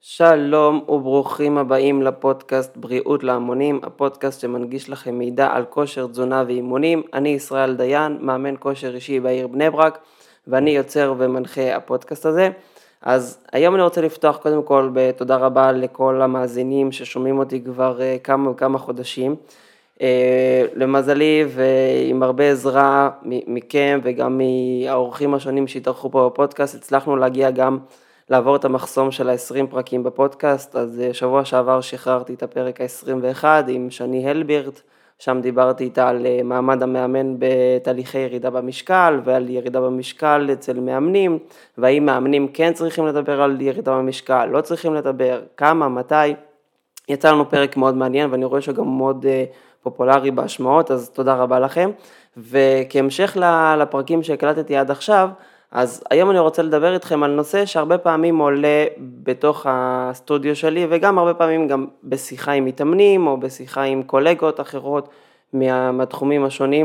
שלום וברוכים הבאים לפודקאסט בריאות להמונים, הפודקאסט שמנגיש לכם מידע על כושר, תזונה ואימונים. אני ישראל דיין, מאמן כושר אישי בעיר בני ברק, ואני יוצר ומנחה הפודקאסט הזה. אז היום אני רוצה לפתוח קודם כל בתודה רבה לכל המאזינים ששומעים אותי כבר כמה חודשים. למזלי ועם הרבה עזרה מכם וגם מהאורחים השונים שהתארחו פה בפודקאסט, הצלחנו להגיע גם לעבור את המחסום של ה-20 פרקים בפודקאסט. אז שבוע שעבר שחררתי את הפרק ה-21 עם שני הלבירט, שם דיברתי איתה על מעמד המאמן בתהליכי ירידה במשקל ועל ירידה במשקל אצל מאמנים, והאם מאמנים כן צריכים לדבר על ירידה במשקל, לא צריכים לדבר, כמה, מתי. יצא לנו פרק מאוד מעניין ואני רואה שגם מאוד פופולרי בהשמעות, אז תודה רבה לכם. וכהמשך לפרקים שהקלטתי עד עכשיו, אז היום אני רוצה לדבר איתכם על נושא שהרבה פעמים עולה בתוך הסטודיו שלי, וגם הרבה פעמים גם בשיחה עם מתאמנים או בשיחה עם קולגות אחרות מהתחומים השונים,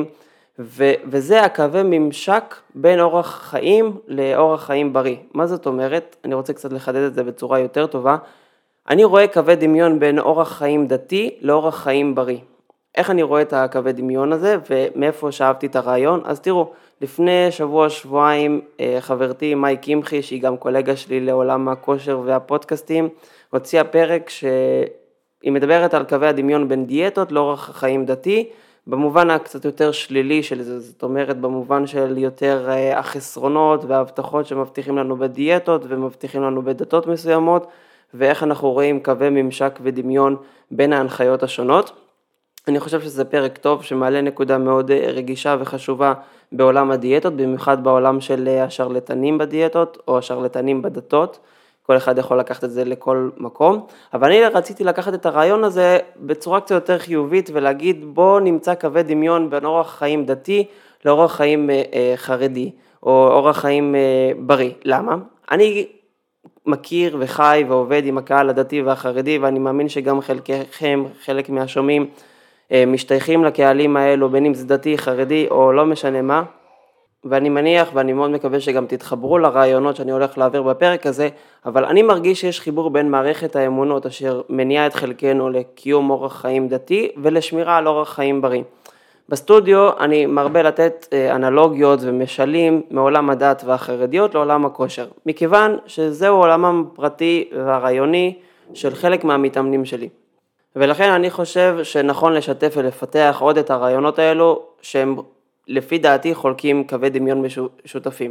וזה הקווי ממשק בין אורח חיים לאורח חיים בריא. מה זאת אומרת? אני רוצה קצת לחדד את זה בצורה יותר טובה. אני רואה קווי דמיון בין אורח חיים דתי לאורח חיים בריא. איך אני רואה את הקווי דמיון הזה ומאיפה שאהבתי את הרעיון? אז תראו, לפני שבועיים חברתי מאי קמחי, שהיא גם קולגה שלי לעולם הכושר והפודקאסטים, הוציאה פרק שהיא מדברת על קווי הדמיון בין דיאטות לאורח חיים דתי, במובן הקצת יותר שלילי של זה, זאת אומרת במובן של יותר החסרונות וההבטחות שמבטיחים לנו בדיאטות ומבטיחים לנו בדתות מסוימות, ואיך אנחנו רואים קווי ממשק ודמיון בין ההנחיות השונות. אני חושב שזה פרק טוב שמעלה נקודה מאוד רגישה וחשובה בעולם הדיאטות, במיוחד בעולם של השרלטנים בדיאטות או השרלטנים בדתות. כל אחד יכול לקחת את זה לכל מקום, אבל אני רציתי לקחת את הרעיון הזה בצורה קצת יותר חיובית ולהגיד בוא נמצא קווי דמיון בין אורח חיים דתי לאורח חיים חרדי או אורח חיים בריא. למה? אני מכיר וחי ועובד עם הקהל הדתי והחרדי, ואני מאמין שגם חלקכם, חלק מהשומעים, משתייכים לקהלים האלו, בין אם זה דתי, חרדי או לא משנה מה, ואני מניח ואני מאוד מקווה שגם תתחברו לרעיונות שאני הולך להעביר בפרק הזה, אבל אני מרגיש שיש חיבור בין מערכת האמונות אשר מניעה את חלקנו לקיום אורח חיים דתי ולשמירה על אורח חיים בריא. בסטודיו אני מרבה לתת אנלוגיות ומשלים מעולם הדת והחרדיות לעולם הכושר, מכיוון שזהו עולמם פרטי והרעיוני של חלק מהמתאמנים שלי. ולכן אני חושב שנכון לשתף ולפתח עוד את הרעיונות האלו, שהם לפי דעתי חולקים קווי דמיון משותפים.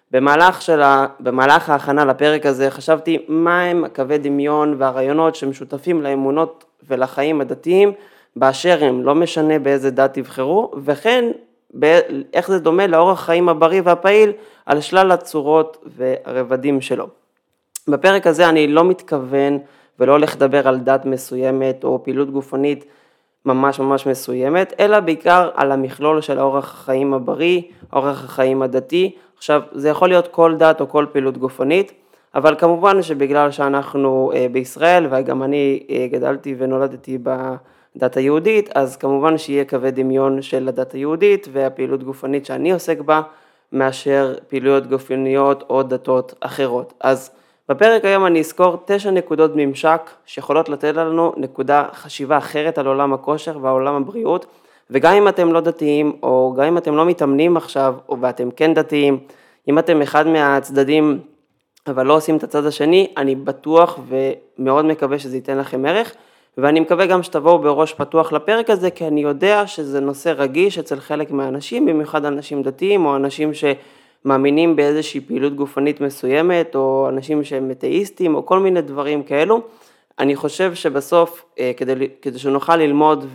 במהלך ההכנה לפרק הזה חשבתי מהם הקווי דמיון והרעיונות שמשותפים לאמונות ולחיים הדתיים, באשר הם, לא משנה באיזה דת תבחרו, וכן איך זה דומה לאורח חיים הבריא והפעיל על שלל הצורות והרבדים שלו. בפרק הזה אני לא מתכוון ולא הולך לדבר על דת מסוימת או פעילות גופנית ממש מסוימת, אלא בעיקר על המכלול של האורח החיים הבריא, אורח החיים הדתי. עכשיו, זה יכול להיות כל דת או כל פעילות גופנית, אבל כמובן שבגלל שאנחנו בישראל, וגם אני גדלתי ונולדתי בדת היהודית, אז כמובן שיהיה קווי דמיון של הדת היהודית והפעילות גופנית שאני עוסק בה, מאשר פעילויות גופניות או דתות אחרות. אז בפרק היום אני אזכור 9 נקודות ממשק שיכולות לתת לנו נקודה חשיבה אחרת על עולם הכושר ועולם הבריאות, וגם אם אתם לא דתיים או גם אם אתם לא מתאמנים עכשיו ואתם כן דתיים, אם אתם אחד מהצדדים אבל לא עושים את הצד השני, אני בטוח ומאוד מקווה שזה ייתן לכם ערך, ואני מקווה גם שתבואו בראש פתוח לפרק הזה, כי אני יודע שזה נושא רגיש אצל חלק מהאנשים, במיוחד אנשים דתיים או אנשים מאמינים באיזושהי פעילות גופנית מסוימת, או אנשים שהם מתאיסטים, או כל מיני דברים כאלו. אני חושב שבסוף, כדי שנוכל ללמוד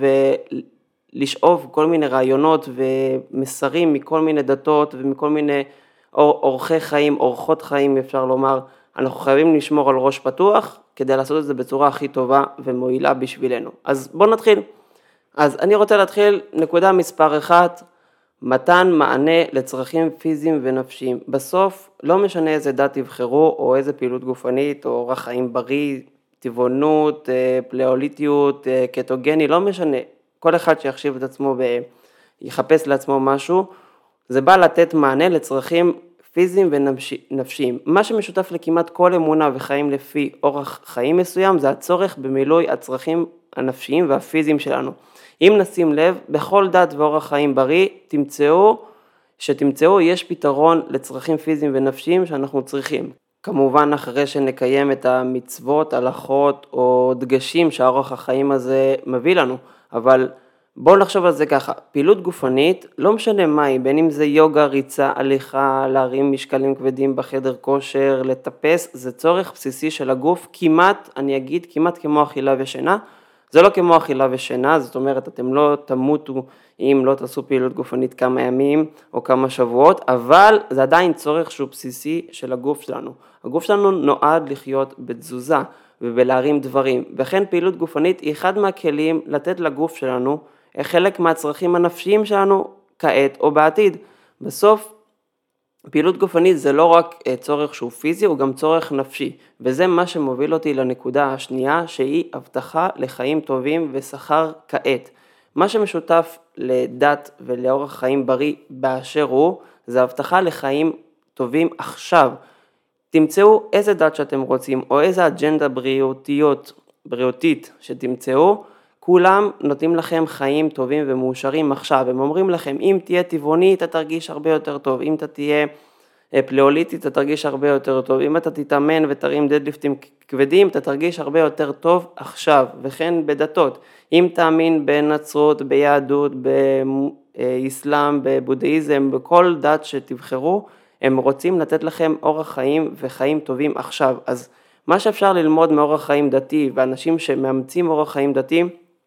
ולשאוב כל מיני רעיונות ומסרים מכל מיני דתות ומכל מיני אורחי חיים, אורחות חיים אפשר לומר, אנחנו חייבים לשמור על ראש פתוח, כדי לעשות את זה בצורה הכי טובה ומועילה בשבילנו. אז בואו נתחיל. אז אני רוצה להתחיל נקודה מספר 1, מתן מענה לצרכים פיזיים ונפשיים. בסוף לא משנה איזה דת תבחרו או איזה פעילות גופנית או אורח חיים בריא, טבעונות, פלאוליטיות, קטוגני, לא משנה. כל אחד שיחשיב את עצמו ויחפש לעצמו משהו, זה בא לתת מענה לצרכים פיזיים ונפשיים. מה שמשותף לכמעט כל אמונה וחיים לפי אורח חיים מסוים, זה הצורך במילוי הצרכים הנפשיים והפיזיים שלנו. אם נשים לב, בכל דת ואורח חיים בריא, שתמצאו יש פתרון לצרכים פיזיים ונפשיים שאנחנו צריכים. כמובן אחרי שנקיים את המצוות, הלכות או דגשים שהאורח החיים הזה מביא לנו, אבל בואו נחשוב על זה ככה, פעילות גופנית, לא משנה מה היא, בין אם זה יוגה, ריצה, הליכה, להרים משקלים כבדים בחדר כושר, לטפס, זה צורך בסיסי של הגוף, כמעט כמו אכילה ושינה. זה לא כמו אכילה ושינה, זאת אומרת אתם לא תמותו אם לא תעשו פעילות גופנית כמה ימים או כמה שבועות, אבל זה עדיין צורך שהוא בסיסי של הגוף שלנו. הגוף שלנו נועד לחיות בתזוזה ובלהרים דברים, וכן פעילות גופנית היא אחד מהכלים לתת לגוף שלנו חלק מהצרכים הנפשיים שלנו כעת או בעתיד. בסוף פעילות גופנית זה לא רק צורך שהוא פיזי, הוא גם צורך נפשי, וזה מה שמוביל אותי לנקודה השנייה, שהיא הבטחה לחיים טובים ושכר כעת. מה שמשותף לדת ולאורח חיים בריא באשר הוא, זה הבטחה לחיים טובים עכשיו. תמצאו איזה דת שאתם רוצים, או איזה אג'נדה בריאותית שתמצאו, כולם נותנים לכם חיים טובים ומאושרים עכשיו. הם אומרים לכם, אם תהיה טבעוני, אתה תרגיש הרבה יותר טוב. אם אתה תהיה פלאוליטי, אתה תרגיש הרבה יותר טוב. אם אתה תתאמן ותרים דדליפטים כבדים, אתה תרגיש הרבה יותר טוב עכשיו. וכן בדתות. אם תאמין בנצרות, ביהדות, באסלאם, בבודהיזם, בכל דת שתבחרו, הם רוצים לתת לכם אורח חיים וחיים טובים עכשיו. אז מה שאפשר ללמוד מאורח חיים דתי, ואנשים שמאמצים אורח חיים דתי,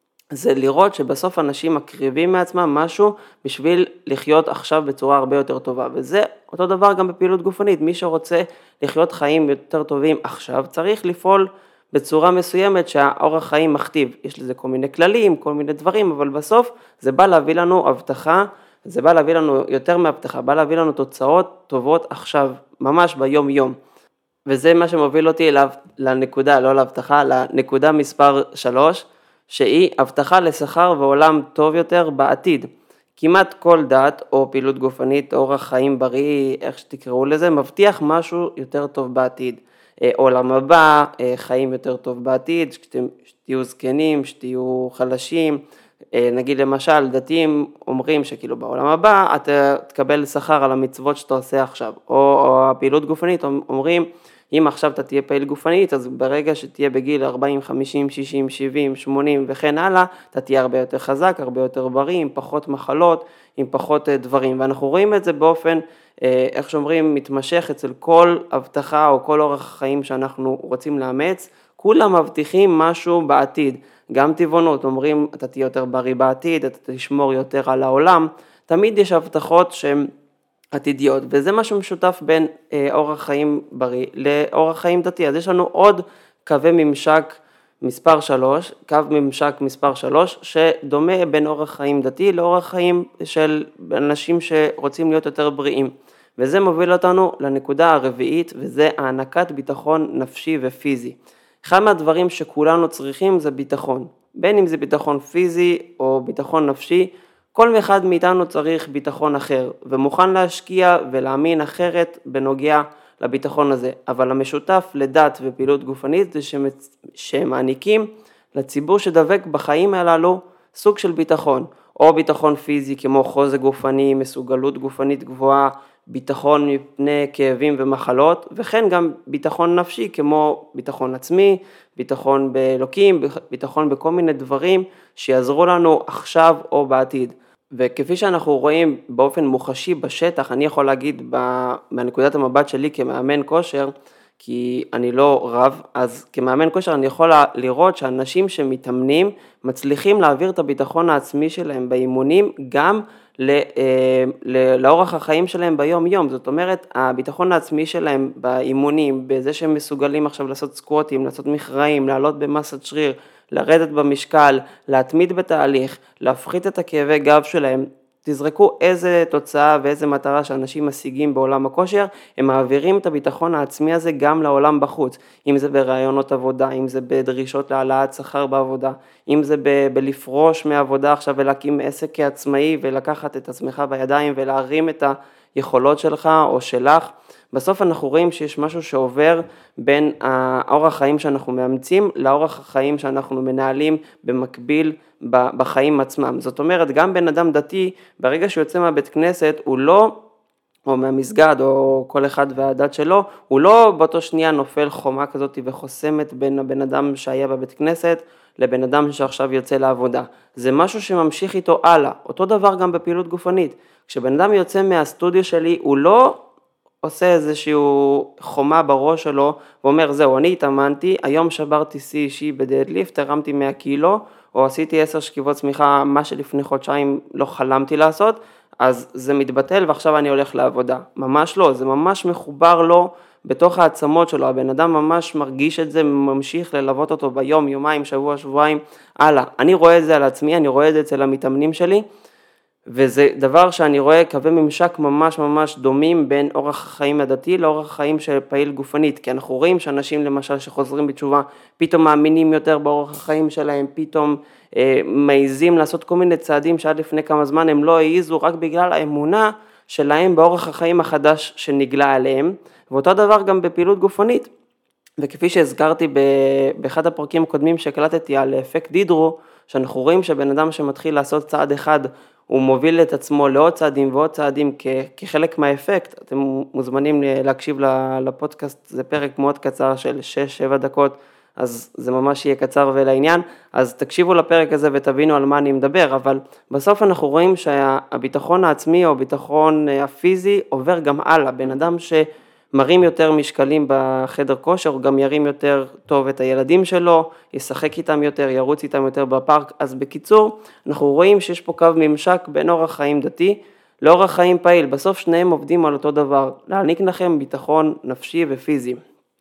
זה לראות שבסוף אנשים מקריבים מעצמם משהו בשביל לחיות עכשיו בצורה הרבה יותר טובה, וזה אותו דבר גם בפעילות גופנית. מי שרוצה לחיות חיים יותר טובים עכשיו, צריך לפעול בצורה מסוימת שהאורח חיים מכתיב. יש לזה כל מיני כללים, כל מיני דברים, אבל בסוף זה בא להביא לנו הבטחה, זה בא להביא לנו יותר מהבטחה, בא להביא לנו תוצאות טובות עכשיו, ממש ביום יום. וזה מה שמוביל אותי אליו, לנקודה, לא להבטחה, לנקודה מספר 3, שהיא הבטחה לשכר ועולם טוב יותר בעתיד. כמעט כל דת או פעילות גופנית, אורח חיים בריא, איך שתקראו לזה, מבטיח משהו יותר טוב בעתיד. עולם הבא, חיים יותר טוב בעתיד, שתהיו זקנים, שתהיו חלשים. נגיד למשל, דתיים אומרים שכאילו בעולם הבא אתה תקבל שכר על המצוות שאתה עושה עכשיו. או הפעילות גופנית אומרים, אם עכשיו אתה תהיה פעיל גופנית, אז ברגע שתהיה בגיל 40, 50, 60, 70, 80 וכן הלאה, אתה תהיה הרבה יותר חזק, הרבה יותר בריא, עם פחות מחלות, עם פחות דברים. ואנחנו רואים את זה באופן, איך שאומרים, מתמשך אצל כל הבטחה או כל אורח חיים שאנחנו רוצים לאמץ, כולם מבטיחים משהו בעתיד. גם טבעונות, אומרים, אתה תהיה יותר בריא בעתיד, אתה תשמור יותר על העולם. תמיד יש הבטחות שהן עתידיות, וזה משהו משותף בין אורח חיים בריא לאורח חיים דתי. אז יש לנו עוד קווי ממשק מספר 3, קו ממשק מספר 3, שדומה בין אורח חיים דתי לאורח חיים של אנשים שרוצים להיות יותר בריאים. וזה מוביל אותנו לנקודה הרביעית, וזה הענקת ביטחון נפשי ופיזי. אחד מהדברים שכולנו צריכים זה ביטחון. בין אם זה ביטחון פיזי או ביטחון נפשי, כל אחד מאיתנו צריך ביטחון אחר, ומוכן להשקיע ולהאמין אחרת בנוגע לביטחון הזה. אבל המשותף לדת ופעילות גופנית זה שמעניקים לציבור שדבק בחיים הללו סוג של ביטחון, או ביטחון פיזי כמו חוזק גופני, מסוגלות גופנית גבוהה, ביטחון מפני כאבים ומחלות, וכן גם ביטחון נפשי כמו ביטחון עצמי, ביטחון באלוקים, ביטחון בכל מיני דברים שיעזרו לנו עכשיו או בעתיד. וכפי שאנחנו רואים באופן מוחשי בשטח, אני יכול להגיד מהנקודת המבט שלי כמאמן כושר, כי אני לא רב, אז כמאמן כושר אני יכול לראות שאנשים שמתאמנים מצליחים להעביר את הביטחון העצמי שלהם באימונים גם לאורח החיים שלהם ביום יום. זאת אומרת, הביטחון העצמי שלהם באימונים, בזה שהם מסוגלים עכשיו לעשות סקווטים, לעשות מכרעים, לעלות במסת שריר, לרדת במשקל, להתמיד בתהליך, להפחית את הכאבי גב שלהם, תזרקו איזה תוצאה ואיזה מטרה שאנשים משיגים בעולם הכושר, הם מעבירים את הביטחון העצמי הזה גם לעולם בחוץ, אם זה ברעיונות עבודה, אם זה בדרישות להעלאת שכר בעבודה, אם זה בלפרוש מעבודה עכשיו ולהקים עסק כעצמאי ולקחת את עצמך בידיים ולהרים היכולות שלך או שלך. בסוף אנחנו רואים שיש משהו שעובר בין האורח חיים שאנחנו מאמצים לאורח החיים שאנחנו מנהלים במקביל בחיים עצמם. זאת אומרת, גם בן אדם דתי, ברגע שהוא יוצא מהבית כנסת, הוא לא, או מהמסגד, או כל אחד והדת שלו, הוא לא באותו שנייה נופל חומה כזאת וחוסמת בין הבן אדם שהיה בבית כנסת, לבן אדם שעכשיו יוצא לעבודה. זה משהו שממשיך איתו הלאה. אותו דבר גם בפעילות גופנית. כשבן אדם יוצא מהסטודיו שלי, הוא לא עושה איזשהו חומה בראש שלו, ואומר, זהו, אני התאמנתי, היום שברתי שיא אישי בדדליפט, הרמתי 100 קילו, או עשיתי 10 שכיבות צמיחה, מה שלפני חודשיים לא חלמתי לעשות, אז זה מתבטל ועכשיו אני הולך לעבודה. ממש לא, זה ממש מחובר לו בתוך העצמות שלו, הבן אדם ממש מרגיש את זה, ממשיך ללוות אותו ביום, יומיים, שבוע, שבועיים, הלאה. אני רואה את זה על עצמי, אני רואה את זה אצל המתאמנים שלי, וזה דבר שאני רואה קווי ממשק ממש ממש דומים בין אורח החיים הדתי לאורח החיים של פעיל גופנית, כי אנחנו רואים שאנשים למשל שחוזרים בתשובה, פתאום מאמינים יותר באורח החיים שלהם, פתאום מעיזים לעשות כל מיני צעדים שעד לפני כמה זמן הם לא העיזו, רק בגלל האמונה שלהם באורח החיים החדש שנגלה עליהם, ואותו דבר גם בפעילות גופנית. וכפי שהזכרתי באחד הפרקים הקודמים שהקלטתי על אפקט דידרו, שאנחנו רואים שבן אדם שמתחיל לעשות צעד אחד, הוא מוביל את עצמו לעוד צעדים ועוד צעדים כחלק מהאפקט. אתם מוזמנים להקשיב לפודקאסט, זה פרק מאוד קצר של 6-7 דקות, אז זה ממש יהיה קצר ולעניין, אז תקשיבו לפרק הזה ותבינו על מה אני מדבר, אבל בסוף אנחנו רואים שהביטחון העצמי או הביטחון הפיזי עובר גם הלאה, בן אדם שמרים יותר משקלים בחדר כושר, הוא גם ירים יותר טוב את הילדים שלו, ישחק איתם יותר, ירוץ איתם יותר בפארק, אז בקיצור, אנחנו רואים שיש פה קו ממשק בין אורח חיים דתי לאורח חיים פעיל, בסוף שניהם עובדים על אותו דבר, להעניק לכם ביטחון נפשי ופיזי,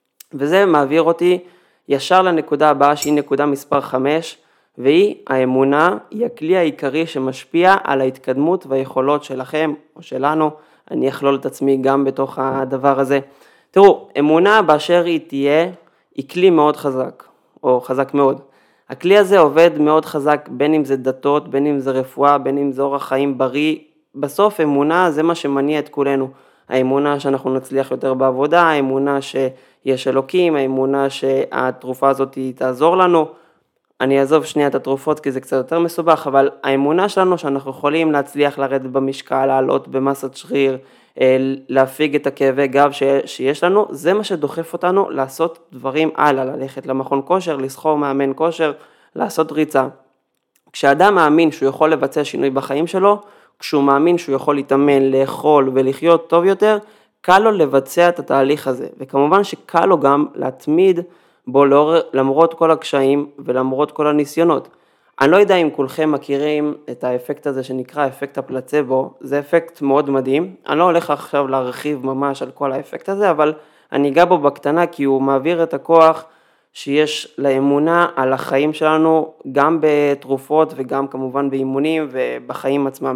וזה מעביר אותי ישר לנקודה הבאה שהיא נקודה מספר 5, והיא האמונה, היא הכלי העיקרי שמשפיע על ההתקדמות והיכולות שלכם או שלנו, אני אכלול את עצמי גם בתוך הדבר הזה. תראו, אמונה באשר היא תהיה, היא כלי מאוד חזק, או חזק מאוד. הכלי הזה עובד מאוד חזק, בין אם זה דתות, בין אם זה רפואה, בין אם זה אורח חיים בריא, בסוף אמונה זה מה שמניע את כולנו. האמונה שאנחנו נצליח יותר בעבודה, האמונה שיש אלוקים, האמונה שהתרופה הזאת תעזור לנו. אני אעזוב שנייה את התרופות כי זה קצת יותר מסובך, אבל האמונה שלנו שאנחנו יכולים להצליח לרדת במשקל, לעלות במסת שריר, להפיג את הכאבי גב שיש לנו, זה מה שדוחף אותנו לעשות דברים הלאה, ללכת למכון כושר, לסחור מאמן כושר, לעשות ריצה. כשאדם מאמין שהוא יכול לבצע שינוי בחיים שלו, כשהוא מאמין שהוא יכול להתאמן, לאכול ולחיות טוב יותר, קל לו לבצע את התהליך הזה, וכמובן שקל לו גם להתמיד בו למרות כל הקשיים ולמרות כל הניסיונות. אני לא יודע אם כולכם מכירים את האפקט הזה שנקרא אפקט הפלצבו, זה אפקט מאוד מדהים, אני לא הולך עכשיו להרחיב ממש על כל האפקט הזה, אבל אני אגע בו בקטנה כי הוא מעביר את הכוח שיש לאמונה על החיים שלנו, גם בתרופות וגם כמובן באימונים ובחיים עצמם.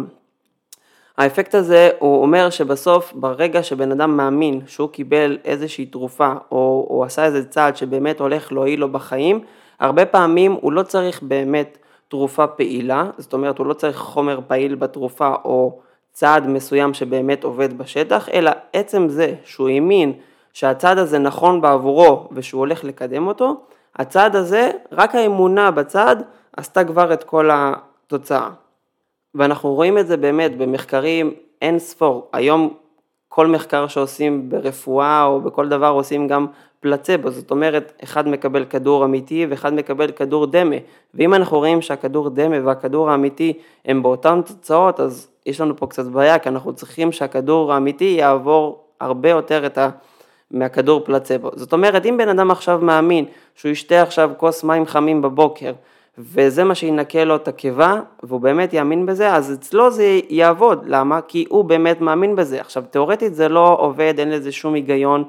האפקט הזה הוא אומר שבסוף ברגע שבן אדם מאמין שהוא קיבל איזושהי תרופה או עשה איזה צעד שבאמת הולך להועיל לו בחיים, הרבה פעמים הוא לא צריך באמת תרופה פעילה, זאת אומרת הוא לא צריך חומר פעיל בתרופה או צעד מסוים שבאמת עובד בשטח, אלא עצם זה שהוא האמין שהצעד הזה נכון בעבורו ושהוא הולך לקדם אותו, הצעד הזה, רק האמונה בצעד עשתה כבר את כל התוצאה. ואנחנו רואים את זה באמת במחקרים אין ספור. היום כל מחקר שעושים ברפואה או בכל דבר עושים גם פלצבו, זאת אומרת אחד מקבל כדור אמיתי ואחד מקבל כדור דמה, ואם אנחנו רואים שהכדור דמה והכדור האמיתי הם באותן תוצאות, אז יש לנו פה קצת בעיה, כי אנחנו צריכים שהכדור האמיתי יעבור הרבה יותר מהכדור פלצבו. זאת אומרת, אם בן אדם עכשיו מאמין שהוא ישתה עכשיו כוס מים חמים בבוקר, וזה מה שינקה לו את הקיבה, והוא באמת יאמין בזה, אז אצלו זה יעבוד. למה? כי הוא באמת מאמין בזה. עכשיו, תיאורטית זה לא עובד, אין לזה שום היגיון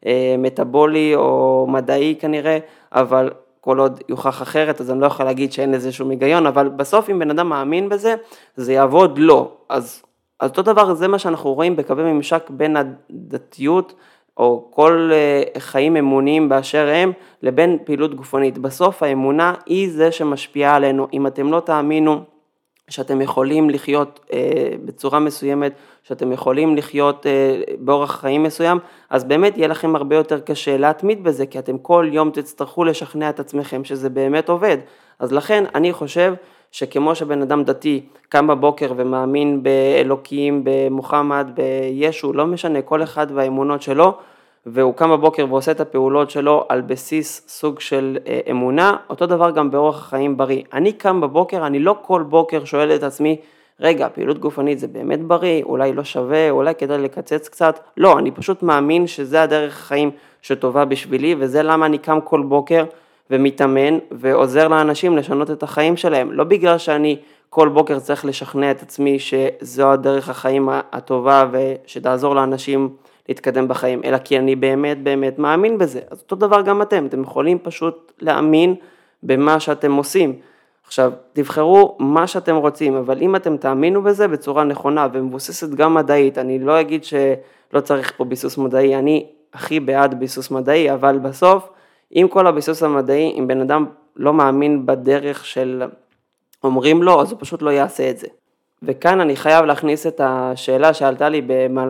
מטאבולי או מדעי כנראה, אבל כל עוד יוכח אחרת, אז אני לא יכול להגיד שאין לזה שום היגיון, אבל בסוף אם בן אדם מאמין בזה, זה יעבוד לא. אז אותו דבר, זה מה שאנחנו רואים בקווי ממשק בין הדתיות, או כל חיים אמוניים באשר הם, לבין פעילות גופנית. בסוף האמונה היא זה שמשפיעה עלינו. אם אתם לא תאמינו, שאתם יכולים לחיות בצורה מסוימת, שאתם יכולים לחיות באורח חיים מסוים, אז באמת יהיה לכם הרבה יותר קשה להתמיד בזה, כי אתם כל יום תצטרכו לשכנע את עצמכם שזה באמת עובד. אז לכן אני חושב שכמו שבן אדם דתי קם בבוקר ומאמין באלוקים, במוחמד, בישו, לא משנה, כל אחד והאמונות שלו, והוא קם בבוקר ועושה את הפעולות שלו על בסיס סוג של אמונה, אותו דבר גם באורח חיים בריא. אני קם בבוקר, אני לא כל בוקר שואל את עצמי, רגע, פעילות גופנית זה באמת בריא, אולי לא שווה, אולי כדאי לקצץ קצת, לא, אני פשוט מאמין שזה הדרך החיים שטובה בשבילי, וזה למה אני קם כל בוקר ומתאמן ועוזר לאנשים לשנות את החיים שלהם, לא בגלל שאני כל בוקר צריך לשכנע את עצמי שזו הדרך החיים הטובה ושתעזור לאנשים להתקדם בחיים, אלא כי אני באמת מאמין בזה. אז אותו דבר גם אתם יכולים פשוט להאמין במה שאתם עושים. עכשיו, תבחרו מה שאתם רוצים, אבל אם אתם תאמינו בזה בצורה נכונה ומבוססת גם מדעית, אני לא אגיד שלא צריך פה ביסוס מדעי, אני הכי בעד ביסוס מדעי, אבל בסוף, עם כל הביסוס המדעי, אם בן אדם לא מאמין בדרך של אומרים לו, אז הוא פשוט לא יעשה את זה. וכאן אני חייב להכניס את השאלה שעלתה לי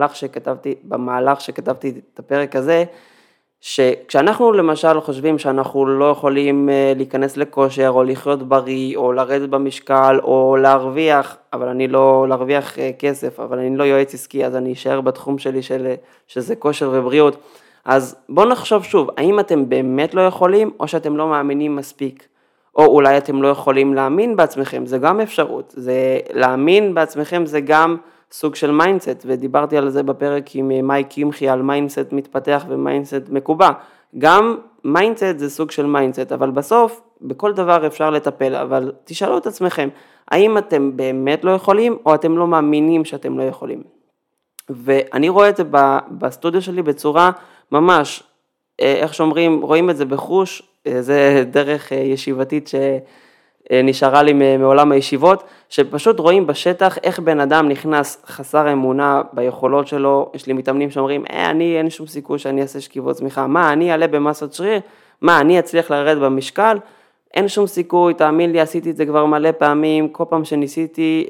במהלך שכתבתי את הפרק הזה, שכשאנחנו למשל חושבים שאנחנו לא יכולים להיכנס לכושר או לחיות בריא או לרדת במשקל או להרוויח, אבל אני לא להרוויח כסף, אבל אני לא יועץ עסקי, אז אני אשאר בתחום שלי שזה כושר ובריאות. אז בואו נחשוב שוב, האם אתם באמת לא יכולים או שאתם לא מאמינים מספיק? או אולי אתם לא יכולים להאמין בעצמכם, זה גם אפשרות, זה להאמין בעצמכם זה גם סוג של מיינדסט, ודיברתי על זה בפרק עם מייק קמחי על מיינדסט מתפתח ומיינדסט מקובע, גם מיינדסט זה סוג של מיינדסט, אבל בסוף בכל דבר אפשר לטפל, אבל תשאלו את עצמכם, האם אתם באמת לא יכולים או אתם לא מאמינים שאתם לא יכולים? ואני רואה את זה בסטודיו שלי בצורה ממש, איך שאומרים, רואים את זה בחוש, זה דרך ישיבתית שנשארה לי מעולם הישיבות, שפשוט רואים בשטח איך בן אדם נכנס חסר אמונה ביכולות שלו, יש לי מתאמנים שאומרים, אין שום סיכוי שאני אעשה שכיבות צמיחה, מה, אני אעלה במסת שריר, מה, אני אצליח לרדת במשקל, אין שום סיכוי, תאמין לי, עשיתי את זה כבר מלא פעמים, כל פעם שניסיתי,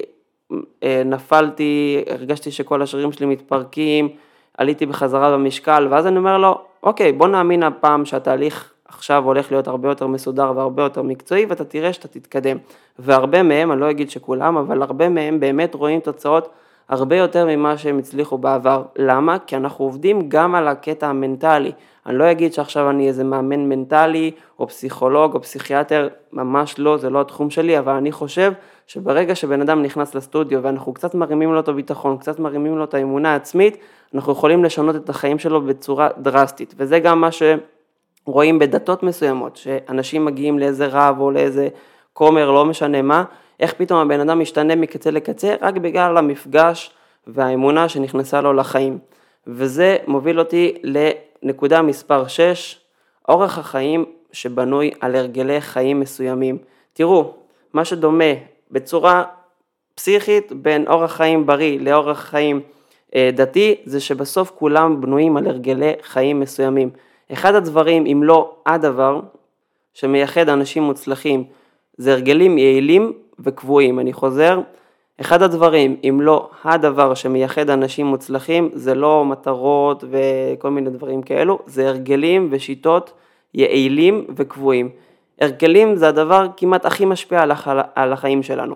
נפלתי, הרגשתי שכל השרירים שלי מתפרקים, עליתי בחזרה במשקל, ואז אני אומר לו, אוקיי, בוא נאמין הפעם שהתהליך עכשיו הולך להיות הרבה יותר מסודר והרבה יותר מקצועי, ואתה תראה שאתה תתקדם. והרבה מהם, אני לא אגיד שכולם, אבל הרבה מהם באמת רואים תוצאות הרבה יותר ממה שהם הצליחו בעבר. למה? כי אנחנו עובדים גם על הקטע המנטלי. אני לא אגיד שעכשיו אני איזה מאמן מנטלי, או פסיכולוג, או פסיכיאטר, ממש לא, זה לא התחום שלי, אבל אני חושב שברגע שבן אדם נכנס לסטודיו, ואנחנו קצת מרימים לו את הביטחון, קצת מרימים לו את האמונה העצמית, אנחנו יכולים לשנות את החיים שלו בצורה דרסטית. וזה גם מה רואים בדתות מסוימות, שאנשים מגיעים לאיזה רב או לאיזה כומר, לא משנה מה, איך פתאום הבן אדם משתנה מקצה לקצה, רק בגלל המפגש והאמונה שנכנסה לו לחיים. וזה מוביל אותי לנקודה מספר 6, אורח החיים שבנוי על הרגלי חיים מסוימים. תראו, מה שדומה בצורה פסיכית בין אורח חיים בריא לאורח חיים דתי, זה שבסוף כולם בנויים על הרגלי חיים מסוימים. אחד הדברים, אם לא הדבר, שמייחד אנשים מוצלחים, זה הרגלים יעילים וקבועים. אני חוזר, אחד הדברים, אם לא הדבר שמייחד אנשים מוצלחים, זה לא מטרות וכל מיני דברים כאלו, זה הרגלים ושיטות יעילים וקבועים. הרגלים זה הדבר כמעט הכי משפיע על החיים שלנו.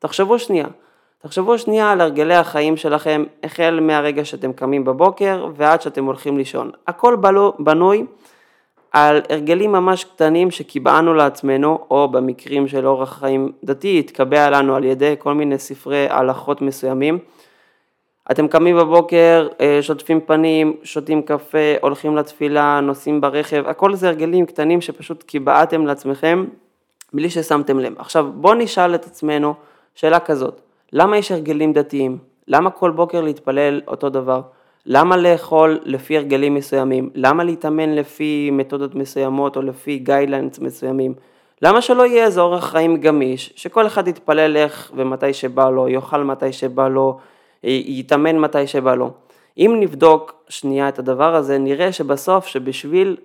תחשבו שנייה על הרגלי החיים שלכם, החל מהרגע שאתם קמים בבוקר ועד שאתם הולכים לישון. הכל בנוי על הרגלים ממש קטנים שקיבענו לעצמנו, או במקרים של אורח חיים דתי, התקבע לנו על ידי כל מיני ספרי הלכות מסוימים. אתם קמים בבוקר, שוטפים פנים, שותים קפה, הולכים לתפילה, נוסעים ברכב, הכל זה הרגלים קטנים שפשוט קיבעתם לעצמכם בלי ששמתם לב. עכשיו בואו נשאל את עצמנו שאלה כזאת, למה יש הרגלים דתיים? למה כל בוקר להתפלל אותו דבר? למה לאכול לפי הרגלים מסוימים? למה להתאמן לפי מתודות מסוימות או לפי גיידליינס מסוימים? למה שלא יהיה איזה אורח חיים גמיש, שכל אחד יתפלל איך ומתי שבא לו, יאכל מתי שבא לו, יתאמן מתי שבא לו? אם נבדוק שנייה את הדבר הזה, נראה שבסוף שבשביל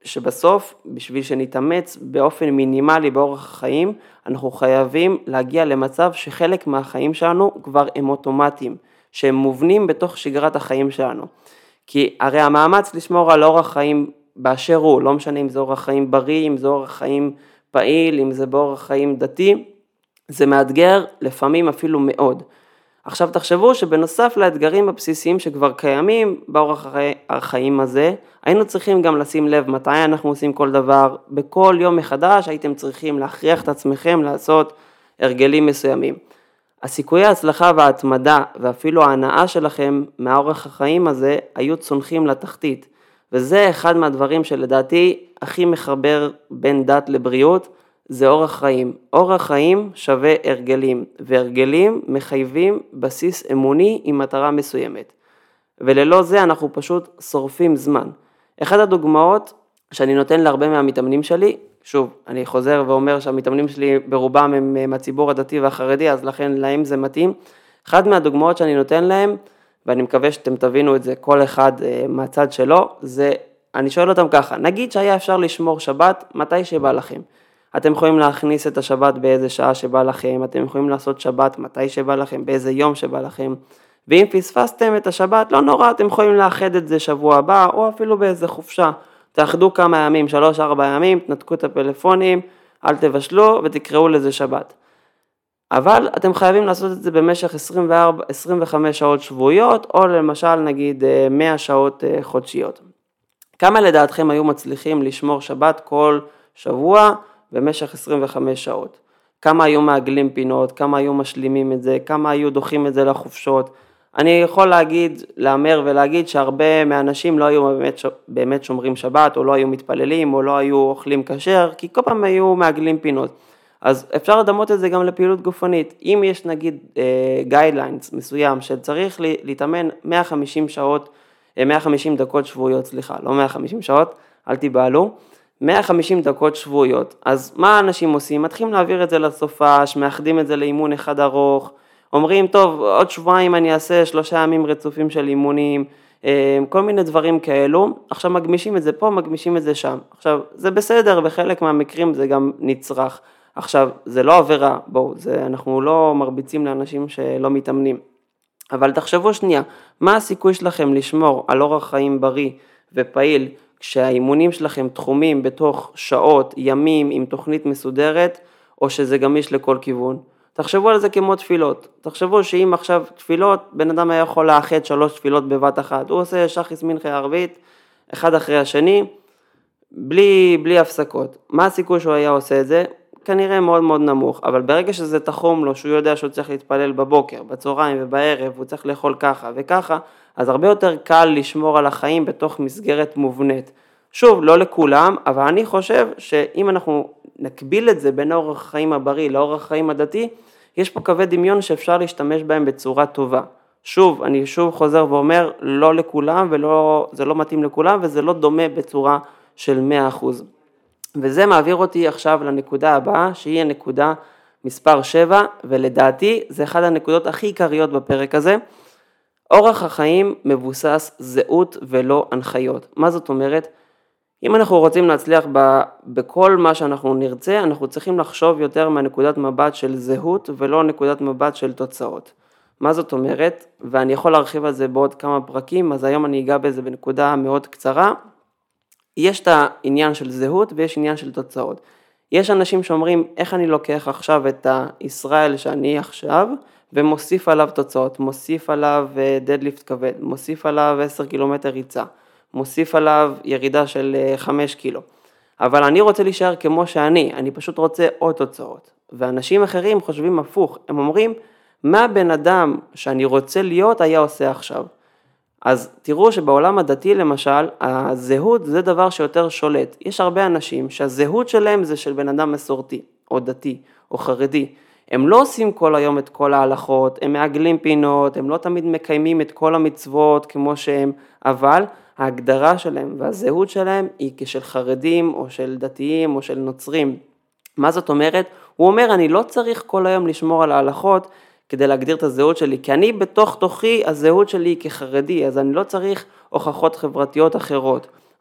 שבסוף, בשביל שנתאמץ באופן מינימלי באורח החיים, אנחנו חייבים להגיע למצב שחלק מהחיים שלנו כבר הם אוטומטיים, שהם מובנים בתוך שגרת החיים שלנו. כי הרי המאמץ לשמור על אורח חיים באשר הוא, לא משנה אם זה אורח חיים בריא, אם זה אורח חיים פעיל, אם זה באורח חיים דתי, זה מאתגר לפעמים אפילו מאוד. עכשיו תחשבו שבנוסף לאתגרים הבסיסיים שכבר קיימים באורח החיים הזה, היינו צריכים גם לשים לב מתי אנחנו עושים כל דבר. בכל יום מחדש הייתם צריכים להכריח את עצמכם לעשות הרגלים מסוימים. הסיכויי ההצלחה וההתמדה ואפילו ההנאה שלכם מהאורח החיים הזה היו צונחים לתחתית. וזה אחד מהדברים שלדעתי הכי מחבר בין דת לבריאות, זה אורח חיים. אורח חיים שווה הרגלים, והרגלים מחייבים בסיס אמוני עם מטרה מסוימת. וללא זה אנחנו פשוט שורפים זמן. אחת הדוגמאות שאני נותן להרבה מהמתאמנים שלי, שוב, אני חוזר ואומר שהמתאמנים שלי ברובם הם מהציבור הדתי והחרדי, אז לכן להם זה מתאים. אחת מהדוגמאות שאני נותן להם, ואני מקווה שאתם תבינו את זה כל אחד מהצד שלו, זה, אני שואל אותם ככה, נגיד שהיה אפשר לשמור שבת מתי שבא לכם. אתם יכולים להכניס את השבת באיזה שעה שבא לכם, אתם יכולים לעשות שבת מתי שבא לכם, באיזה יום שבא לכם, ואם פספסתם את השבת, לא נורא, אתם יכולים לאחד את זה שבוע הבא, או אפילו באיזה חופשה. תאחדו כמה ימים, 3-4 ימים, תנתקו את הפלאפונים, אל תבשלו ותקראו לזה שבת. אבל אתם חייבים לעשות את זה במשך 25 שעות שבועיות, או למשל נגיד 100 שעות חודשיות. כמה לדעתכם היו מצליחים לשמור שבת כל שבוע במשך 25 שעות? כמה היו מעגלים פינות, כמה היו משלימים את זה, כמה היו דוחים את זה לחופשות? אני יכול לאמר ולהגיד שהרבה מהאנשים לא היו באמת שומרים שבת, או לא היו מתפללים, או לא היו אוכלים כשר, כי כל פעם היו מעגלים פינות. אז אפשר לדמות את זה גם לפעילות גופנית. אם יש נגיד guidelines מסוים שצריך להתאמן 150 דקות שבועיות, לא 150 שעות, אל תיבהלו, 150 דקות שבועיות. אז מה האנשים עושים? מתחילים להעביר את זה לסופש, מאחדים את זה לאימון אחד ארוך, אומרים, טוב, עוד שבועיים אני אעשה 3 ימים רצופים של אימונים, כל מיני דברים כאלו, עכשיו מגמישים את זה פה, מגמישים את זה שם. עכשיו, זה בסדר, בחלק מהמקרים זה גם נצרך. עכשיו, זה לא עבירה, בואו, אנחנו לא מרביצים לאנשים שלא מתאמנים. אבל תחשבו שנייה, מה הסיכוי שלכם לשמור על אורח חיים בריא ופעיל, כשהאימונים שלכם תחומים בתוך שעות, ימים, עם תוכנית מסודרת, או שזה גמיש לכל כיוון? תחשבו על זה כמו תפילות. תחשבו שאם עכשיו תפילות, בן אדם היה יכול לאחד 3 תפילות בבת אחת. הוא עושה שחריס מנחה ערבית, אחד אחרי השני, בלי הפסקות. מה הסיכוי שהוא היה עושה את זה? כנראה מאוד מאוד נמוך, אבל ברגע שזה תחום לו, שהוא יודע שהוא צריך להתפלל בבוקר, בצהריים ובערב, הוא צריך לאכול ככה וככה, אז הרבה יותר קל לשמור על החיים בתוך מסגרת מובנית. שוב, לא לכולם, אבל אני חושב שאם אנחנו נקביל את זה בין אורח החיים הבריא לאורח החיים הדתי, יש פה קווי דמיון שאפשר להשתמש בהם בצורה טובה. שוב, אני חוזר ואומר, לא לכולם, זה לא מתאים לכולם, וזה לא דומה בצורה של 100%. וזה מעביר אותי עכשיו לנקודה הבאה, שהיא הנקודה מספר 7, ולדעתי זה אחד הנקודות הכי עיקריות בפרק הזה. אורח החיים מבוסס זהות ולא הנחיות. מה זאת אומרת? אם אנחנו רוצים להצליח בכל מה שאנחנו נרצה, אנחנו צריכים לחשוב יותר מהנקודת מבט של זהות ולא נקודת מבט של תוצאות. מה זאת אומרת? ואני יכול להרחיב על זה בעוד כמה פרקים, אז היום אני אגע בזה בנקודה מאוד קצרה. יש את העניין של זהות ויש עניין של תוצאות. יש אנשים שאומרים, איך אני לוקח עכשיו את הישראל שאני עכשיו, ומוסיף עליו תוצאות, מוסיף עליו דדליפט כבד, מוסיף עליו 10 קילומטר ריצה, מוסיף עליו ירידה של 5 קילו. אבל אני רוצה להישאר כמו אני פשוט רוצה עוד תוצאות. ואנשים אחרים חושבים הפוך, הם אומרים, מה בן אדם שאני רוצה להיות היה עושה עכשיו? אז תראו שבעולם הדתי למשל, הזהות זה דבר שיותר שולט. יש הרבה אנשים שהזהות שלהם זה של בן אדם מסורתי, או דתי, או חרדי. הם לא עושים כל היום את כל ההלכות, הם מעגלים פינות, הם לא תמיד מקיימים את כל המצוות כמו שהם, אבל ההגדרה שלהם והזהות שלהם היא כשל חרדים, או של דתיים, או של נוצרים. מה זאת אומרת? הוא אומר, אני לא צריך כל היום לשמור על ההלכות, כדי להגדיר את הזהות שלי, כי אני בתוך תוכי, הזהות שלי היא כחרדי, אז אני לא צריך הוכחות חברתיות אחרות.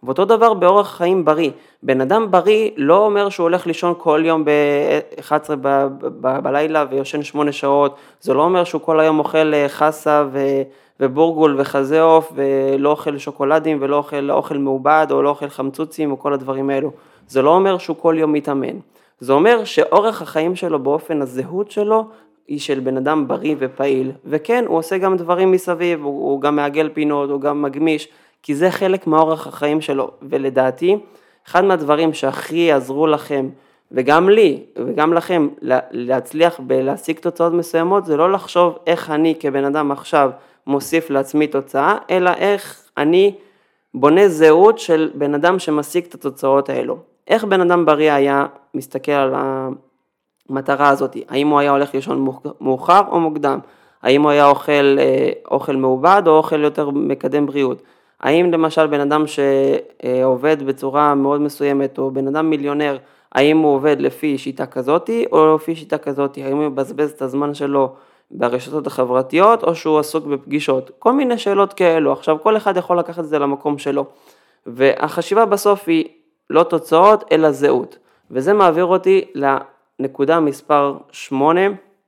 ואותו דבר באורח חיים בריא. בן אדם בריא לא אומר שהוא הולך לישון כל יום ב-11 בלילה ויושן 8 שעות, זה לא אומר שהוא כל היום אוכל חסה ובורגול וחזה עוף ולא אוכל שוקולדים ולא אוכל מעובד או לא אוכל חמצוצים וכל הדברים האלו. זה לא אומר שהוא כל יום מתאמן. זה אומר שאורך החיים שלו באופן הזהות שלו היא של בן אדם בריא ופעיל, וכן הוא עושה גם דברים מסביב, הוא גם מעגל פינות, הוא גם מגמיש, כי זה חלק מאורך החיים שלו, ולדעתי אחד מהדברים שהכי יעזרו לכם וגם לי וגם לכם להצליח בלהשיג תוצאות מסוימות, זה לא לחשוב איך אני כבן אדם עכשיו מוסיף לעצמי תוצאה, אלא איך אני בונה זהות של בן אדם שמשיג את התוצאות האלו. איך בן אדם בריא היה מסתכל על המטרה הזאת? האם הוא היה הולך לישון מאוחר או מוקדם? האם הוא היה אוכל מעובד או אוכל יותר מקדם בריאות? האם למשל בן אדם שעובד בצורה מאוד מסוימת או בן אדם מיליונר, האם הוא עובד לפי שיטה כזאת או לפי שיטה כזאת? האם הוא מבזבז את הזמן שלו ברשתות החברתיות או שהוא עסוק בפגישות? כל מיני שאלות כאלו. עכשיו כל אחד יכול לקחת את זה למקום שלו. והחשיבה בסוף היא לא תוצאות אלא זהות. וזה מעביר אותי לנקודה מספר 8,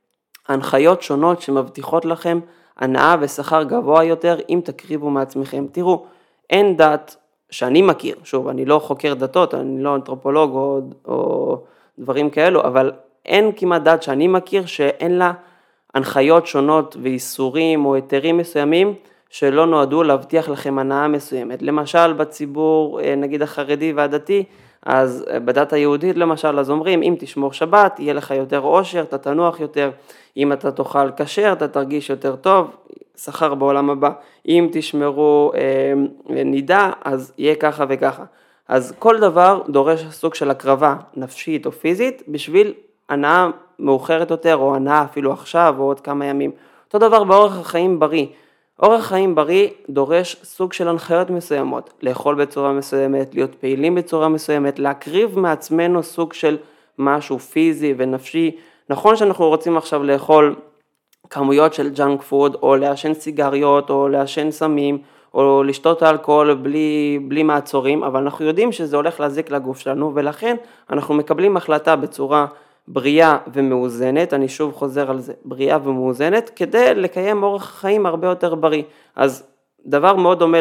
הנחיות שונות שמבטיחות לכם הנאה ושכר גבוה יותר אם תקריבו מעצמכם. תראו, אין דת שאני מכיר, שוב, אני לא חוקר דתות, אני לא אנתרופולוג או דברים כאלו, אבל אין כמעט דת שאני מכיר שאין לה הנחיות שונות ואיסורים או היתרים מסוימים שלא נועדו להבטיח לכם הנאה מסוימת. למשל בציבור, נגיד החרדי והדתי, אז בדת היהודית למשל, אז אומרים, אם תשמור שבת, יהיה לך יותר עושר, אתה תנוח יותר, אם אתה תאכל כשר, אתה תרגיש יותר טוב, שכר בעולם הבא, אם תשמרו נידה, אז יהיה ככה וככה. אז כל דבר דורש סוג של הקרבה נפשית או פיזית, בשביל הנאה מאוחרת יותר, או הנאה אפילו עכשיו, או עוד כמה ימים. אותו דבר באורח החיים בריא. אורח חיים בריא דורש סוג של הנחיות מסוימות, לאכול בצורה מסוימת, להיות פעילים בצורה מסוימת, להקריב מעצמנו סוג של משהו פיזי ונפשי. נכון שאנחנו רוצים עכשיו לאכול כמויות של ג'אנק פוד, או לעשן סיגריות, או לעשן סמים, או לשתות אלכוהול בלי מעצורים, אבל אנחנו יודעים שזה הולך להזיק לגוף שלנו, ולכן אנחנו מקבלים החלטה בצורה בריאה ומאוזנת, אני שוב חוזר על זה, בריאה ומאוזנת, כדי לקיים אורח חיים הרבה יותר בריא. אז דבר מאוד דומה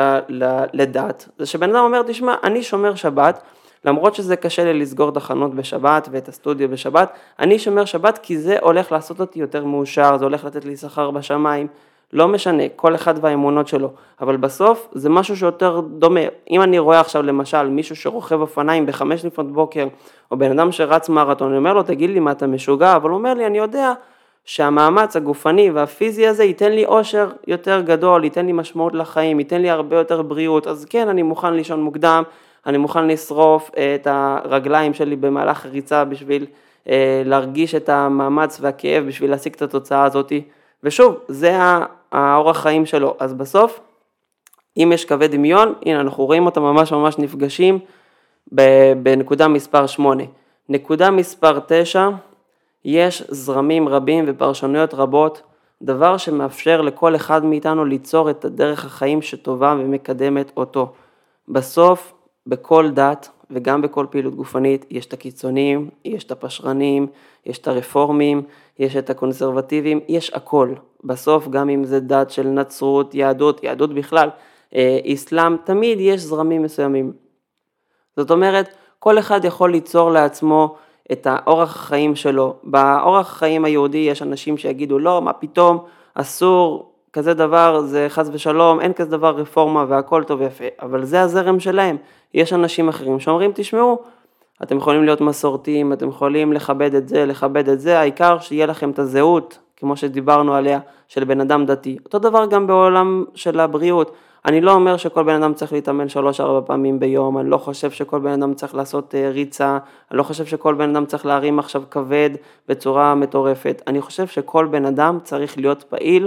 לדת, זה שבן אדם אומר, תשמע, אני שומר שבת, למרות שזה קשה לי לסגור את החנות בשבת ואת הסטודיו בשבת, אני שומר שבת כי זה הולך לעשות אותי יותר מאושר, זה הולך לתת לי שכר בשמיים, לא משנה, כל אחד והאמונות שלו, אבל בסוף זה משהו שיותר דומה. אם אני רואה עכשיו למשל מישהו שרוכב אופניים ב5 לפנות בוקר, או בן אדם שרץ מרתון, אני אומר לו, תגיד לי מה אתה משוגע, אבל הוא אומר לי, אני יודע שהמאמץ הגופני והפיזי הזה ייתן לי אושר יותר גדול, ייתן לי משמעות לחיים, ייתן לי הרבה יותר בריאות, אז כן, אני מוכן לישון מוקדם, אני מוכן לשרוף את הרגליים שלי במהלך הריצה בשביל להרגיש את המאמץ והכאב בשביל להשיג את התוצאה הזאת. ושוב, זה האורח חיים שלו. אז בסוף, אם יש קווי דמיון, הנה אנחנו רואים אותם ממש נפגשים בנקודה מספר 8. נקודה מספר 9, יש זרמים רבים ופרשנויות רבות, דבר שמאפשר לכל אחד מאיתנו ליצור את הדרך החיים שטובה ומקדמת אותו. בסוף, בכל דת וגם בכל פעילות גופנית, יש את הקיצונים, יש את הפשרנים, יש את הרפורמים, יש את הקונסרבטיבים, יש הכל. בסוף גם אם זה דת של נצרות, יהדות בכלל, אסלאם, תמיד יש זרמים מסוימים. זאת אומרת, כל אחד יכול ליצור לעצמו את האורח החיים שלו. באורח החיים היהודי יש אנשים שיגידו, לא, מה פתאום, אסור, כזה דבר, זה חס ושלום, אין כזה דבר רפורמה והכל טוב ויפה, אבל זה הזרם שלהם. יש אנשים אחרים שאומרים, תשמעו, אתם יכולים להיות מסורתיים, אתם יכולים לכבד את זה, העיקר שיהיה לכם את הזהות, כמו שדיברנו עליה, של בן אדם דתי. אותו דבר גם בעולם של הבריאות. אני לא אומר שכל בן אדם צריך להתאמן 3-4 פעמים ביום, אני לא חושב שכל בן אדם צריך לעשות ריצה, אני לא חושב שכל בן אדם צריך להרים עכשיו כבד בצורה מטורפת. אני חושב שכל בן אדם צריך להיות פעיל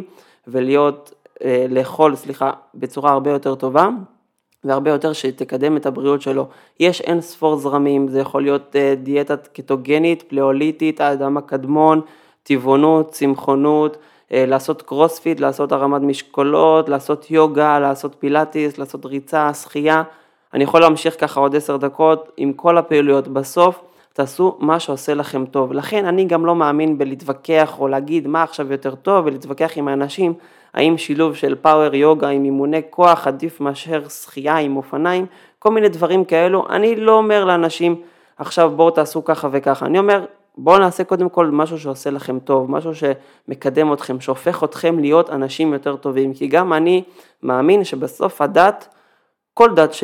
לאכול בצורה הרבה יותר טובה, והרבה יותר שתקדם את הבריאות שלו. יש אין ספור זרמים, זה יכול להיות דיאטה קטוגנית, פלאוליטית, האדם הקדמון, טבעונות, צמחונות, לעשות קרוספיט, לעשות הרמת משקולות, לעשות יוגה, לעשות פילאטיס, לעשות ריצה, שחייה. אני יכול להמשיך ככה עוד 10 דקות עם כל הפעילויות. בסוף תעשו מה שעושה לכם טוב. לכן אני גם לא מאמין בלהתווכח או להגיד מה עכשיו יותר טוב, ולהתווכח עם האנשים, האם שילוב של פאוור יוגה עם אימוני כוח עדיף מאשר שחייה עם אופניים, כל מיני דברים כאלו. אני לא אומר לאנשים עכשיו בואו תעשו ככה וככה, אני אומר בואו נעשה קודם כל משהו שעושה לכם טוב, משהו שמקדם אתכם, שהופך אתכם להיות אנשים יותר טובים, כי גם אני מאמין שבסוף הדת, כל דת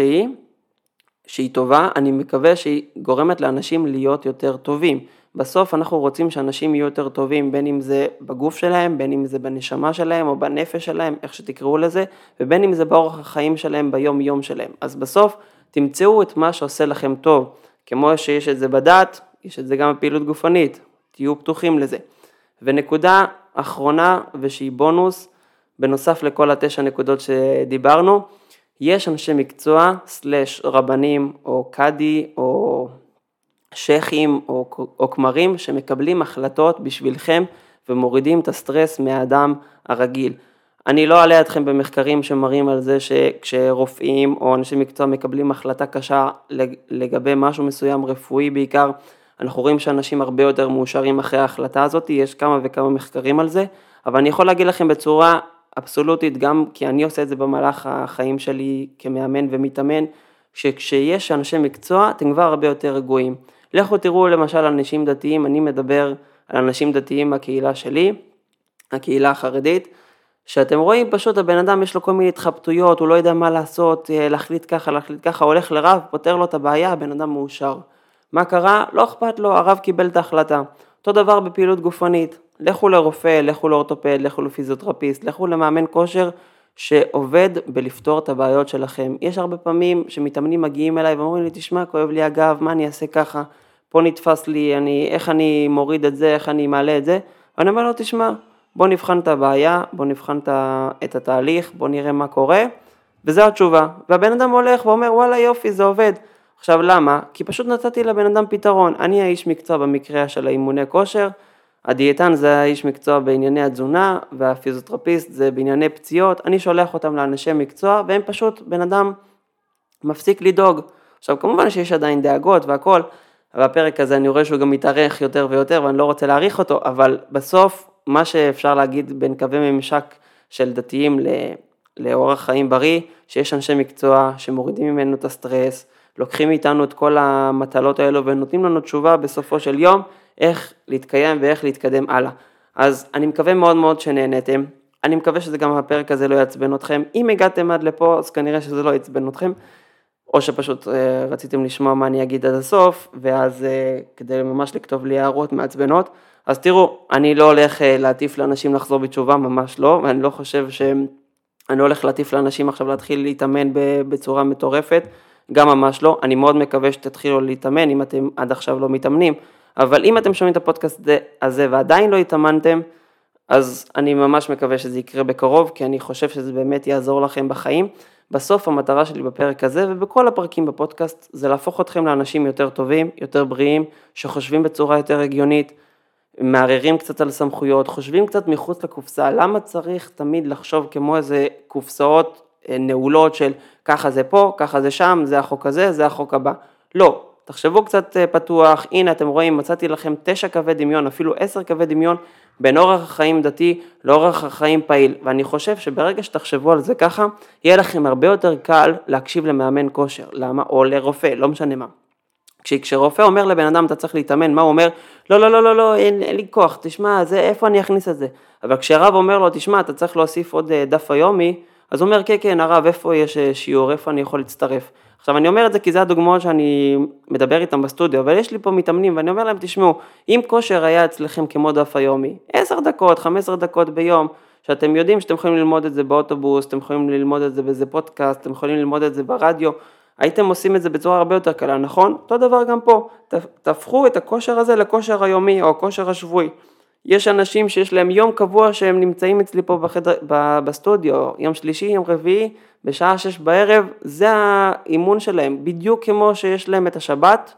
שהיא טובה, אני מקווה שהיא גורמת לאנשים להיות יותר טובים. בסוף אנחנו רוצים שאנשים יהיו יותר טובים, בין אם זה בגוף שלהם, בין אם זה בנשמה שלהם או בנפש שלהם, איך שתקראו לזה, ובין אם זה באורח החיים שלהם ביום יום שלהם. אז בסוף תמצאו את מה שעושה לכם טוב, כמו שיש את זה בדת, יש את זה גם בפעילות גופנית, תהיו פתוחים לזה. ונקודה אחרונה ושהיא בונוס, בנוסף לכל 9 נקודות שדיברנו, יש אנשי מקצוע, רבנים או קאדי או שייחים או כמרים שמקבלים החלטות בשבילכם ומורידים את הסטרס מהאדם הרגיל. אני לא אעלה אתכם במחקרים שמראים על זה שכשרופאים או אנשי מקצוע מקבלים החלטה קשה לגבי משהו מסוים רפואי בעיקר, אנחנו רואים שאנשים הרבה יותר מאושרים אחרי ההחלטה הזאת, יש כמה וכמה מחקרים על זה, אבל אני יכול להגיד לכם בצורה אבסולוטית, גם כי אני עושה את זה במהלך החיים שלי כמאמן ומתאמן, שכשיש אנשי מקצוע אתם כבר הרבה יותר רגועים. לכו תראו למשל אנשים דתיים, אני מדבר על אנשים דתיים מהקהילה שלי, הקהילה החרדית, שאתם רואים פשוט הבן אדם יש לו כל מיני התחבטויות, הוא לא יודע מה לעשות, להחליט ככה, הולך לרב, פותר לו את הבעיה, הבן אדם מאושר. מה קרה? לא אכפת לו, הרב קיבל את ההחלטה. אותו דבר בפעילות גופנית, לכו לרופא, לכו לאורתופד, לכו לפיזיותרפיסט, לכו למאמן כושר שעובד בלפתור את הבעיות שלכם. יש הרבה פעמים שמתאמנים מגיעים אליי ואומרים לי, תשמע, כואב לי הגב, מה אני אעשה ככה? פה נתפס לי, איך אני מוריד את זה, איך אני מעלה את זה? ואני אומר לו, תשמע, בוא נבחן את הבעיה, בוא נבחן את התהליך, בוא נראה מה קורה, וזו התשובה. והבן אדם הולך ואומר, וואלה יופי, זה עובד. עכשיו למה? כי פשוט נתתי לבן אדם פתרון. אני האיש מקצוע במקרה של האימוני כושר, הדיאטן זה האיש מקצוע בענייני התזונה, והפיזיותרפיסט זה בענייני פציעות. אני שולח אותם לאנשי מקצוע, והם פשוט בן אדם מפסיק לדאוג. עכשיו כמובן שיש עדיין דאגות והכל, והפרק הזה אני רואה שהוא גם מתארך יותר ויותר, ואני לא רוצה להאריך אותו, אבל בסוף מה שאפשר להגיד בין קווי ממשק של דתיים לאורח חיים בריא, שיש אנשי מקצוע שמורידים ממנו את הסטרס, לוקחים מאיתנו את כל המטלות האלו ונותנים לנו תשובה בסופו של יום, איך להתקיים ואיך להתקדם הלאה. אז אני מקווה מאוד מאוד שנהנתם, אני מקווה שזה גם הפרק הזה לא יעצבן אתכם, אם הגעתם עד לפה אז כנראה שזה לא יעצבן אתכם, או שפשוט רציתם לשמוע מה אני אגיד עד הסוף, ואז כדי ממש לכתוב לי הערות מעצבנות, אז תראו, אני לא הולך להטיף לאנשים לחזור בתשובה, ממש לא, ואני לא חושב אני לא הולך להטיף לאנשים עכשיו להתחיל להתאמן בצורה מטורפת, גם ממש לא, אני מאוד מקווה שתתחילו להתאמן, אם אתם עד עכשיו לא מתאמנים, אבל אם אתם שומעים את הפודקאסט הזה ועדיין לא התאמנתם, אז אני ממש מקווה שזה יקרה בקרוב, כי אני חושב שזה באמת יעזור לכם בחיים. בסוף המטרה שלי בפרק הזה ובכל הפרקים בפודקאסט, זה להפוך אתכם לאנשים יותר טובים, יותר בריאים, שחושבים בצורה יותר הגיונית, מערערים קצת על סמכויות, חושבים קצת מחוץ לקופסה, למה צריך תמיד לחשוב כמו איזה קופסאות נעולות של ככה זה פה, ככה זה שם, זה החוק הזה, זה החוק הבא. לא, תחשבו קצת פתוח, הנה אתם רואים, מצאתי לכם 9 קווי דמיון, אפילו 10 קווי דמיון, בין אורח החיים דתי לאורח החיים פעיל, ואני חושב שברגע שתחשבו על זה ככה, יהיה לכם הרבה יותר קל להקשיב למאמן כושר, למה? או לרופא, לא משנה מה. כשרופא אומר לבן אדם אתה צריך להתאמן, מה הוא אומר? לא, אין לי כוח, תשמע, איפה אני אכניס את זה? אבל כשהרב אומר לו, תשמע, אתה צריך להוסיף עוד דף היומי, אז הוא אומר, כן, הרב, איפה יש שיעור, איפה אני יכול להצטרף? עכשיו אני אומר את זה כי זה הדוגמאות שאני מדבר איתם בסטודיו, אבל יש לי פה מתאמנים ואני אומר להם, תשמעו, אם כושר היה אצלכם כמו דף היומי, 10 דקות, 15 דקות ביום, שאתם יודעים שאתם יכולים ללמוד את זה באוטובוס, אתם יכולים ללמוד את זה באיזה פודקאסט, אתם יכולים ללמוד את זה ברדיו, הייתם עושים את זה בצורה הרבה יותר קלה, נכון? אותו דבר גם פה, תהפכו את הכושר הזה לכושר היומי או הכושר השבועי. יש אנשים שיש להם יום קבוע שהם נמצאים אצלי פה בסטודיו, יום שלישי, יום רביעי, בשעה 6 בערב, זה האימון שלהם, בדיוק כמו שיש להם את השבת,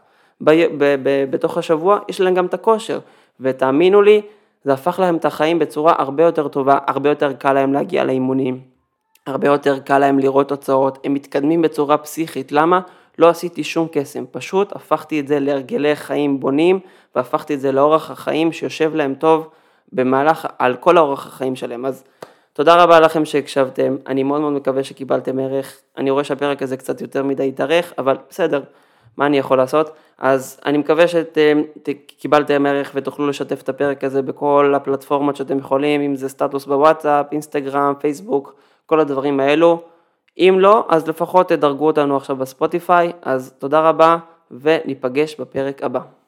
בתוך השבוע, יש להם גם את הכושר, ותאמינו לי, זה הפך להם את החיים בצורה הרבה יותר טובה, הרבה יותר קל להם להגיע לאימונים. הרבה יותר קל להם לראות תוצאות, הם מתקדמים בצורה פסיכית, למה? לא עשיתי שום קסם, פשוט הפכתי את זה להרגלי חיים בונים, והפכתי את זה לאורח החיים שיושב להם טוב על כל האורח החיים שלהם. אז תודה רבה לכם שהקשבתם, אני מאוד מאוד מקווה שקיבלתם ערך, אני רואה שהפרק הזה קצת יותר מדי התארך, אבל בסדר, מה אני יכול לעשות? אז אני מקווה שקיבלתם ערך ותוכלו לשתף את הפרק הזה בכל הפלטפורמות שאתם יכולים, אם זה סטטוס בוואטסאפ, אינסטגרם, פייסבוק, כל הדברים האלו. אם לא, אז לפחות תדרגו אותנו עכשיו בספוטיפיי, אז תודה רבה וניפגש בפרק הבא.